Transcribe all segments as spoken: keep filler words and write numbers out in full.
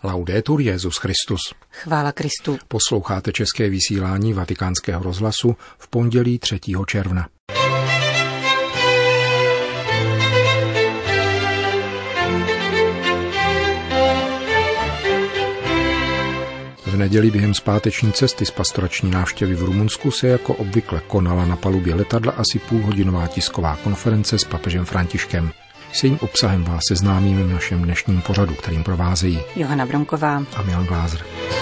Laudetur Jesus Christus. Chvála Kristu. Posloucháte české vysílání Vatikánského rozhlasu v pondělí třetího června. V neděli během zpáteční cesty z pastorační návštěvy v Rumunsku se jako obvykle konala na palubě letadla asi půlhodinová tisková konference s papežem Františkem. S jejím obsahem vás seznámíme v našem dnešním pořadu, kterým provázejí Johana Bronková a Milan Glázer.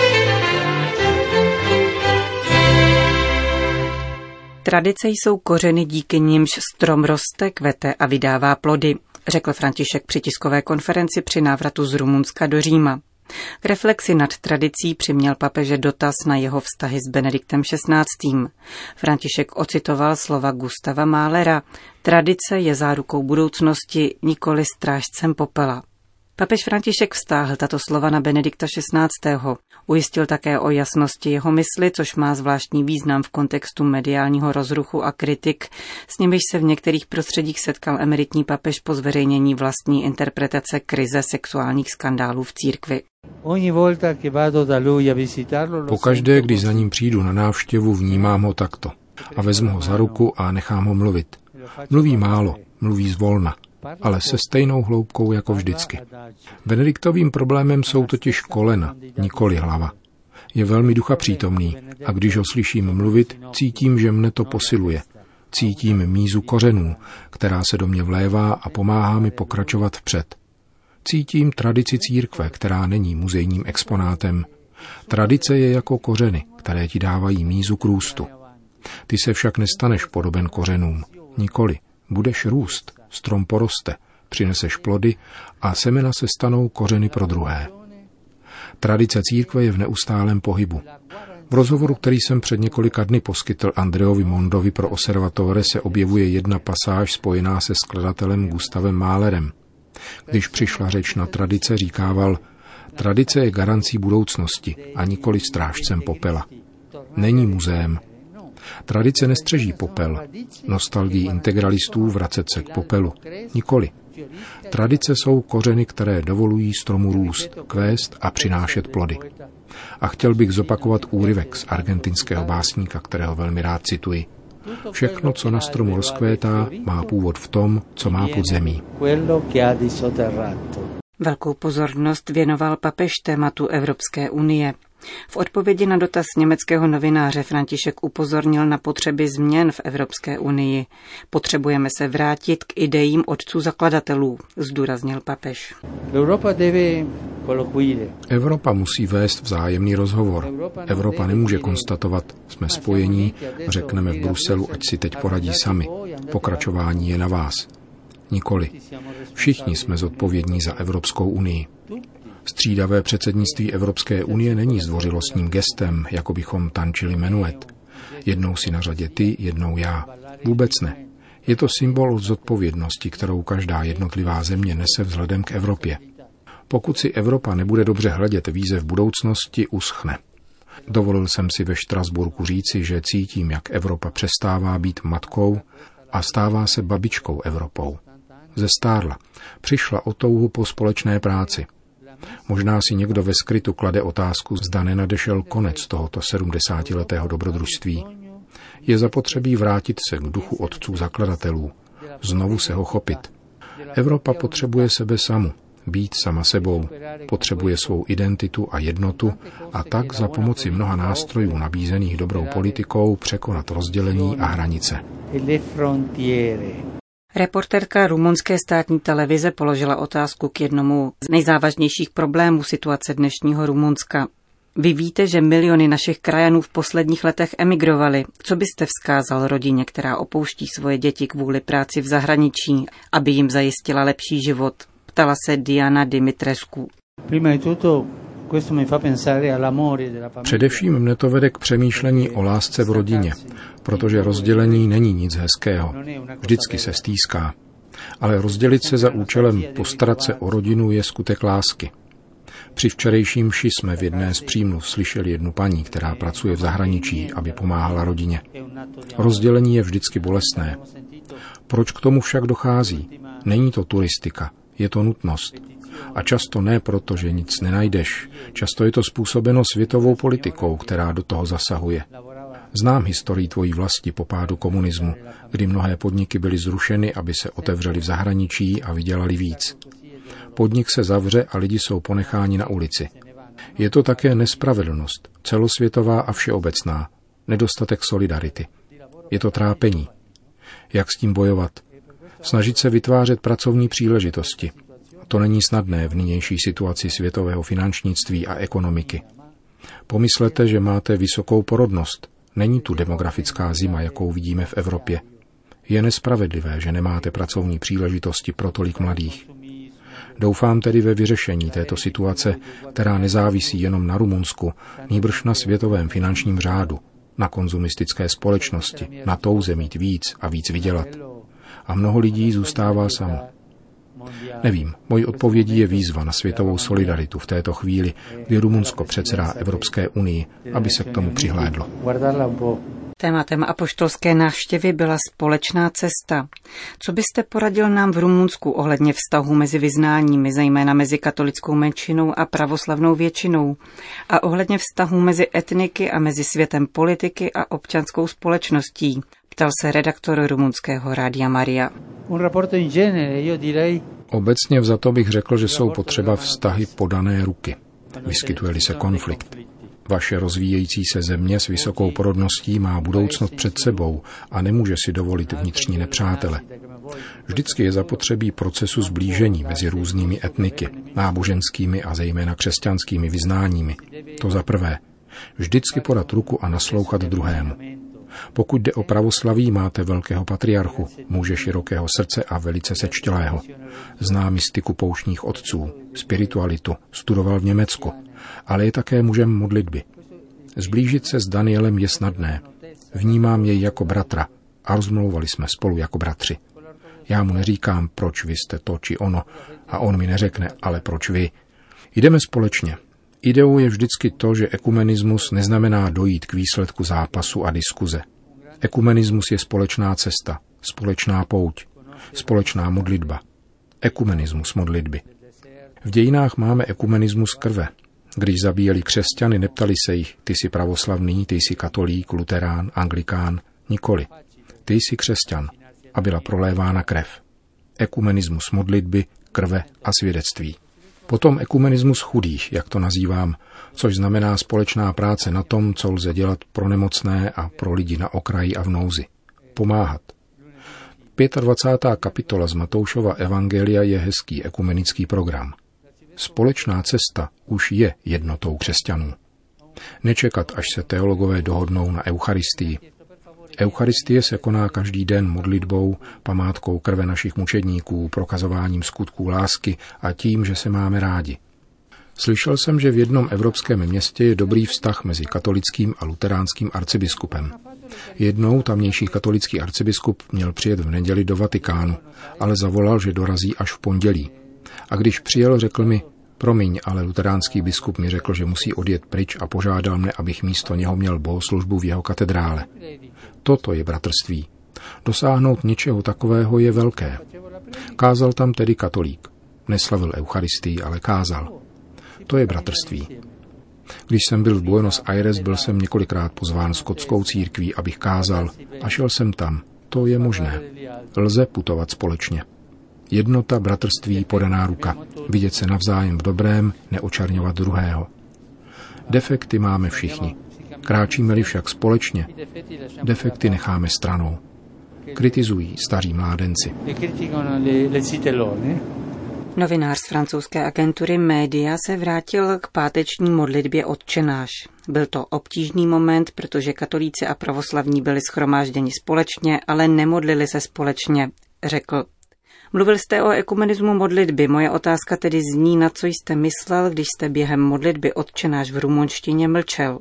Tradice jsou kořeny, díky nimž strom roste, kvete a vydává plody, řekl František při tiskové konferenci při návratu z Rumunska do Říma. K reflexi nad tradicí přiměl papeže dotaz na jeho vztahy s Benediktem šestnáctým. František ocitoval slova Gustava Mahlera: tradice je zárukou budoucnosti, nikoli strážcem popela. Papež František vztáhl tato slova na Benedikta šestnáctého. Ujistil také o jasnosti jeho mysli, což má zvláštní význam v kontextu mediálního rozruchu a kritik, s nimiž se v některých prostředích setkal emeritní papež po zveřejnění vlastní interpretace krize sexuálních skandálů v církvi. Pokaždé, když za ním přijdu na návštěvu, vnímám ho takto a vezmu ho za ruku a nechám ho mluvit. Mluví málo, mluví zvolna, ale se stejnou hloubkou jako vždycky. Benediktovým problémem jsou totiž kolena, nikoli hlava. Je velmi ducha přítomný a když ho slyším mluvit, cítím, že mne to posiluje. Cítím mízu kořenů, která se do mě vlévá a pomáhá mi pokračovat vpřed. Cítím tradici církve, která není muzejním exponátem. Tradice je jako kořeny, které ti dávají mízu k růstu. Ty se však nestaneš podoben kořenům. Nikoli. Budeš růst, strom poroste, přineseš plody a semena se stanou kořeny pro druhé. Tradice církve je v neustálém pohybu. V rozhovoru, který jsem před několika dny poskytl Andreovi Mondovi pro Osservatore, se objevuje jedna pasáž spojená se skladatelem Gustavem Mahlerem. Když přišla řeč na tradice, říkával: tradice je garancí budoucnosti a nikoli strážcem popela. Není muzeem. Tradice nestřeží popel. Nostalgii integralistů vracet se k popelu. Nikoli. Tradice jsou kořeny, které dovolují stromu růst, kvést a přinášet plody. A chtěl bych zopakovat úryvek z argentinského básníka, kterého velmi rád cituji. Všechno, co na stromu rozkvétá, má původ v tom, co má pod zemí. Velkou pozornost věnoval papež tématu Evropské unie. V odpovědi na dotaz německého novináře František upozornil na potřeby změn v Evropské unii. Potřebujeme se vrátit k idejím otců zakladatelů, zdůraznil papež. Evropa musí vést vzájemný rozhovor. Evropa nemůže konstatovat, jsme spojení, řekneme v Bruselu, ať si teď poradí sami. Pokračování je na vás. Nikoli. Všichni jsme zodpovědní za Evropskou unii. Střídavé předsednictví Evropské unie není zdvořilostním gestem, jako bychom tančili menuet. Jednou si na řadě ty, jednou já. Vůbec ne. Je to symbol zodpovědnosti, kterou každá jednotlivá země nese vzhledem k Evropě. Pokud si Evropa nebude dobře hledět výzev budoucnosti, uschne. Dovolil jsem si ve Štrasburku říci, že cítím, jak Evropa přestává být matkou a stává se babičkou Evropou. Zestárla. Přišla o touhu po společné práci. Možná si někdo ve skrytu klade otázku, zda nenadešel konec tohoto sedmdesátiletého dobrodružství. Je zapotřebí vrátit se k duchu otců zakladatelů, znovu se ho chopit. Evropa potřebuje sebe samu, být sama sebou, potřebuje svou identitu a jednotu a tak za pomoci mnoha nástrojů nabízených dobrou politikou překonat rozdělení a hranice. Reportérka rumunské státní televize položila otázku k jednomu z nejzávažnějších problémů situace dnešního Rumunska. Vy víte, že miliony našich krajanů v posledních letech emigrovali. Co byste vzkázal rodině, která opouští svoje děti kvůli práci v zahraničí, aby jim zajistila lepší život? Ptala se Diana Dimitrescu. Především mne to vede k přemýšlení o lásce v rodině, protože rozdělení není nic hezkého. Vždycky se stýská. Ale rozdělit se za účelem postarat se o rodinu je skutek lásky. Při včerejším mši jsme v jedné z přímluv slyšeli jednu paní, která pracuje v zahraničí, aby pomáhala rodině. Rozdělení je vždycky bolestné. Proč k tomu však dochází? Není to turistika, je to nutnost. A často ne proto, že nic nenajdeš. Často je to způsobeno světovou politikou, která do toho zasahuje. Znám historii tvojí vlasti po pádu komunismu, kdy mnohé podniky byly zrušeny, aby se otevřely v zahraničí a vydělali víc. Podnik se zavře a lidi jsou ponecháni na ulici. Je to také nespravedlnost, celosvětová a všeobecná, nedostatek solidarity. Je to trápení. Jak s tím bojovat? Snažit se vytvářet pracovní příležitosti. To není snadné v nynější situaci světového finančnictví a ekonomiky. Pomyslete, že máte vysokou porodnost. Není tu demografická zima, jakou vidíme v Evropě. Je nespravedlivé, že nemáte pracovní příležitosti pro tolik mladých. Doufám tedy ve vyřešení této situace, která nezávisí jenom na Rumunsku, nýbrž na světovém finančním řádu, na konzumistické společnosti, na touze mít víc a víc vydělat. A mnoho lidí zůstává samo. Nevím, mojí odpovědí je výzva na světovou solidaritu v této chvíli, kdy Rumunsko předsedá Evropské unii, aby se k tomu přihlédlo. Tématem apoštolské návštěvy byla společná cesta. Co byste poradil nám v Rumunsku ohledně vztahu mezi vyznáními, zejména mezi katolickou menšinou a pravoslavnou většinou, a ohledně vztahu mezi etniky a mezi světem politiky a občanskou společností? Ptal se redaktor rumunského Rádia Maria. Obecně vzato bych řekl, že jsou potřeba vztahy podané ruky. Vyskytuje-li se konflikt. Vaše rozvíjející se země s vysokou porodností má budoucnost před sebou a nemůže si dovolit vnitřní nepřátele. Vždycky je zapotřebí procesu sblížení mezi různými etniky, náboženskými a zejména křesťanskými vyznáními. To za prvé. Vždycky podat ruku a naslouchat druhému. Pokud jde o pravoslaví, máte velkého patriarchu, muže širokého srdce a velice sečtělého. Zná mystiku pouštních otců, spiritualitu, studoval v Německu, ale je také mužem modlitby. Zblížit se s Danielem je snadné. Vnímám jej jako bratra a rozmlouvali jsme spolu jako bratři. Já mu neříkám, proč vy jste to či ono, a on mi neřekne, ale proč vy. Jdeme společně. Ideou je vždycky to, že ekumenismus neznamená dojít k výsledku zápasu a diskuze. Ekumenismus je společná cesta, společná pouť, společná modlitba. Ekumenismus modlitby. V dějinách máme ekumenismus krve. Když zabíjeli křesťany, neptali se jich, ty jsi pravoslavný, ty jsi katolík, luterán, anglikán, nikoli. Ty jsi křesťan a byla prolévána krev. Ekumenismus modlitby, krve a svědectví. Potom ekumenismus chudých, jak to nazývám, což znamená společná práce na tom, co lze dělat pro nemocné a pro lidi na okraji a v nouzi. Pomáhat. dvacátá pátá kapitola z Matoušova evangelia je hezký ekumenický program. Společná cesta už je jednotou křesťanů. Nečekat, až se teologové dohodnou na Eucharistii. Eucharistie se koná každý den modlitbou, památkou krve našich mučedníků, prokazováním skutků lásky a tím, že se máme rádi. Slyšel jsem, že v jednom evropském městě je dobrý vztah mezi katolickým a luteránským arcibiskupem. Jednou tamnější katolický arcibiskup měl přijet v neděli do Vatikánu, ale zavolal, že dorazí až v pondělí. A když přijel, řekl mi, promiň, ale luteránský biskup mi řekl, že musí odjet pryč a požádal mne, abych místo něho měl bohoslužbu v jeho katedrále. Toto je bratrství. Dosáhnout něčeho takového je velké. Kázal tam tedy katolík. Neslavil Eucharistii, ale kázal. To je bratrství. Když jsem byl v Buenos Aires, byl jsem několikrát pozván skotskou církví, abych kázal, a šel jsem tam. To je možné. Lze putovat společně. Jednota, bratrství, podaná ruka. Vidět se navzájem v dobrém, neočarňovat druhého. Defekty máme všichni. Kráčíme-li však společně, defekty necháme stranou. Kritizují staří mládenci. Novinář z francouzské agentury Média se vrátil k páteční modlitbě Otčenáš. Byl to obtížný moment, protože katolíci a pravoslavní byli shromážděni společně, ale nemodlili se společně, řekl. Mluvil jste o ekumenismu modlitby. Moje otázka tedy zní, na co jste myslel, když jste během modlitby Otčenáš v rumunštině mlčel.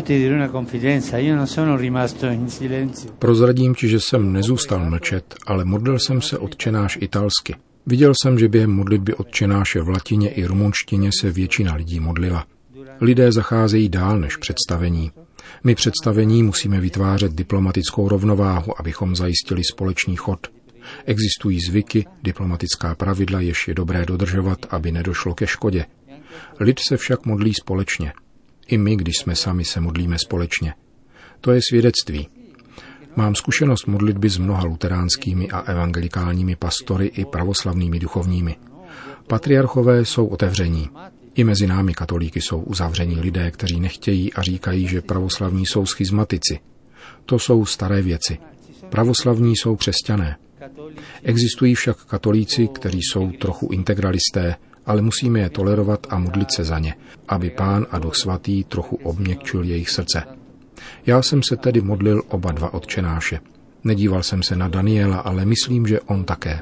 Prozradím ti, že jsem nezůstal mlčet, ale modlil jsem se Otčenáš italsky. Viděl jsem, že během modlitby Otčenáše v latině i rumunštině se většina lidí modlila. Lidé zacházejí dál než představení. My představení musíme vytvářet diplomatickou rovnováhu, abychom zajistili společný chod. Existují zvyky, diplomatická pravidla, jež je dobré dodržovat, aby nedošlo ke škodě. Lid se však modlí společně. I my, když jsme sami, se modlíme společně. To je svědectví. Mám zkušenost modlitby s mnoha luteránskými a evangelikálními pastory i pravoslavnými duchovními. Patriarchové jsou otevření. I mezi námi katolíky jsou uzavření lidé, kteří nechtějí a říkají, že pravoslavní jsou schizmatici. To jsou staré věci. Pravoslavní jsou křesťané. Existují však katolíci, kteří jsou trochu integralisté, ale musíme je tolerovat a modlit se za ně, aby Pán a Duch Svatý trochu obměkčil jejich srdce. Já jsem se tedy modlil oba dva otčenáše. Nedíval jsem se na Daniela, ale myslím, že on také.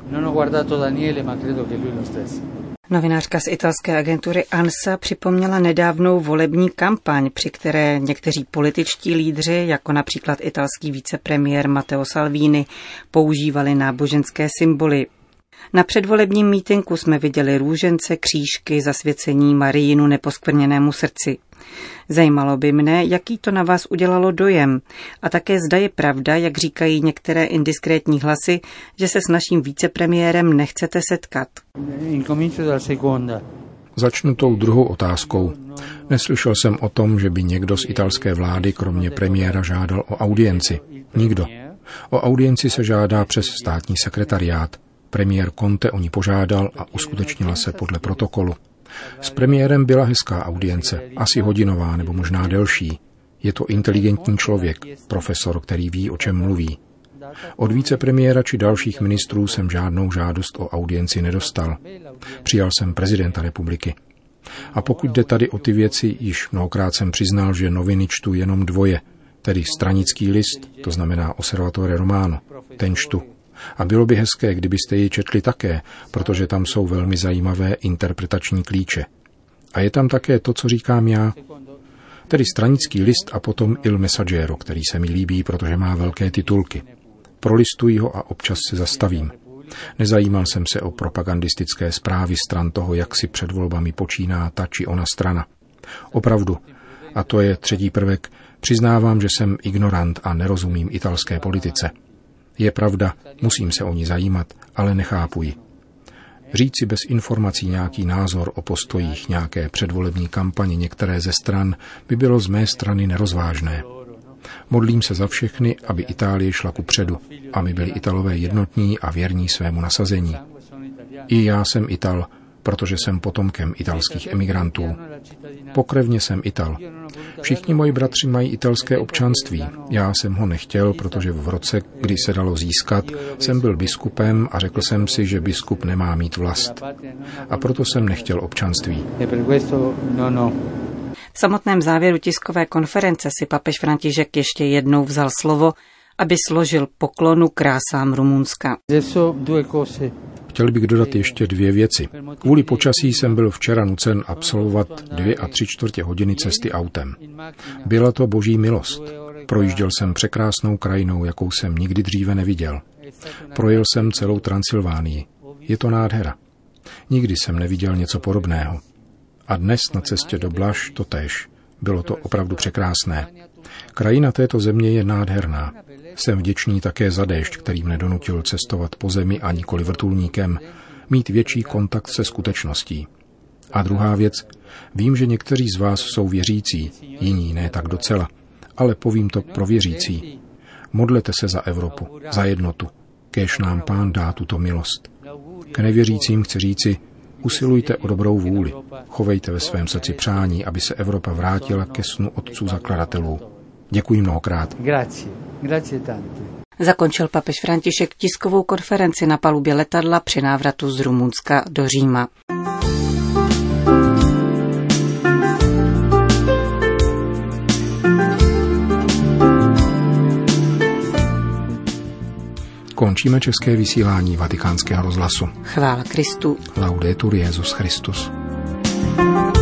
Novinářka z italské agentury ANSA připomněla nedávnou volební kampaň, při které někteří političtí lídři, jako například italský vicepremiér Matteo Salvini, používali náboženské symboly. Na předvolebním mítinku jsme viděli růžence, křížky, zasvěcení Marijinu neposkvrněnému srdci. Zajímalo by mne, jaký to na vás udělalo dojem a také zda je pravda, jak říkají některé indiskrétní hlasy, že se s naším vicepremiérem nechcete setkat. Začnu tou druhou otázkou. Neslyšel jsem o tom, že by někdo z italské vlády kromě premiéra žádal o audienci. Nikdo. O audienci se žádá přes státní sekretariát. Premiér Conte o ní požádal a uskutečnila se podle protokolu. S premiérem byla hezká audience, asi hodinová nebo možná delší. Je to inteligentní člověk, profesor, který ví, o čem mluví. Od vicepremiéra či dalších ministrů jsem žádnou žádost o audienci nedostal. Přijal jsem prezidenta republiky. A pokud jde tady o ty věci, již mnohokrát jsem přiznal, že noviny čtu jenom dvoje, tedy stranický list, to znamená Osservatore Romano, ten čtu. A bylo by hezké, kdybyste ji četli také, protože tam jsou velmi zajímavé interpretační klíče. A je tam také to, co říkám já, tedy stranický list a potom Il Messaggero, který se mi líbí, protože má velké titulky. Prolistuji ho a občas se zastavím. Nezajímal jsem se o propagandistické zprávy stran toho, jak si před volbami počíná ta či ona strana. Opravdu, a to je třetí prvek, přiznávám, že jsem ignorant a nerozumím italské politice. Je pravda, musím se o ní zajímat, ale nechápu ji. Říci bez informací nějaký názor o postojích nějaké předvolební kampani některé ze stran by bylo z mé strany nerozvážné. Modlím se za všechny, aby Itálie šla kupředu, aby byli Italové jednotní a věrní svému nasazení. I já jsem Ital, protože jsem potomkem italských emigrantů. Pokrevně jsem Ital. Všichni moji bratři mají italské občanství. Já jsem ho nechtěl, protože v roce, kdy se dalo získat, jsem byl biskupem a řekl jsem si, že biskup nemá mít vlast. A proto jsem nechtěl občanství. V samotném závěru tiskové konference si papež František ještě jednou vzal slovo, aby složil poklonu krásám Rumunska. Chtěl bych dodat ještě dvě věci. Kvůli počasí jsem byl včera nucen absolvovat dvě a tři čtvrtě hodiny cesty autem. Byla to boží milost. Projížděl jsem překrásnou krajinou, jakou jsem nikdy dříve neviděl. Projel jsem celou Transylvánii. Je to nádhera. Nikdy jsem neviděl něco podobného. A dnes na cestě do Blaž totéž. Bylo to opravdu překrásné. Krajina této země je nádherná. Jsem vděčný také za déšť, který mne donutil cestovat po zemi a nikoli vrtulníkem, mít větší kontakt se skutečností. A druhá věc, vím, že někteří z vás jsou věřící, jiní ne tak docela, ale povím to pro věřící. Modlete se za Evropu, za jednotu, kéž nám Pán dá tuto milost. K nevěřícím chci říci, usilujte o dobrou vůli, chovejte ve svém srdci přání, aby se Evropa vrátila ke snu otců zakladatelů. Děkuji mnohokrát. Grazie. Grazie tanto. Zakončil papež František tiskovou konferenci na palubě letadla při návratu z Rumunska do Říma. Končíme české vysílání Vatikánského rozhlasu. Chvála Kristu. Laudetur Jesus Christus.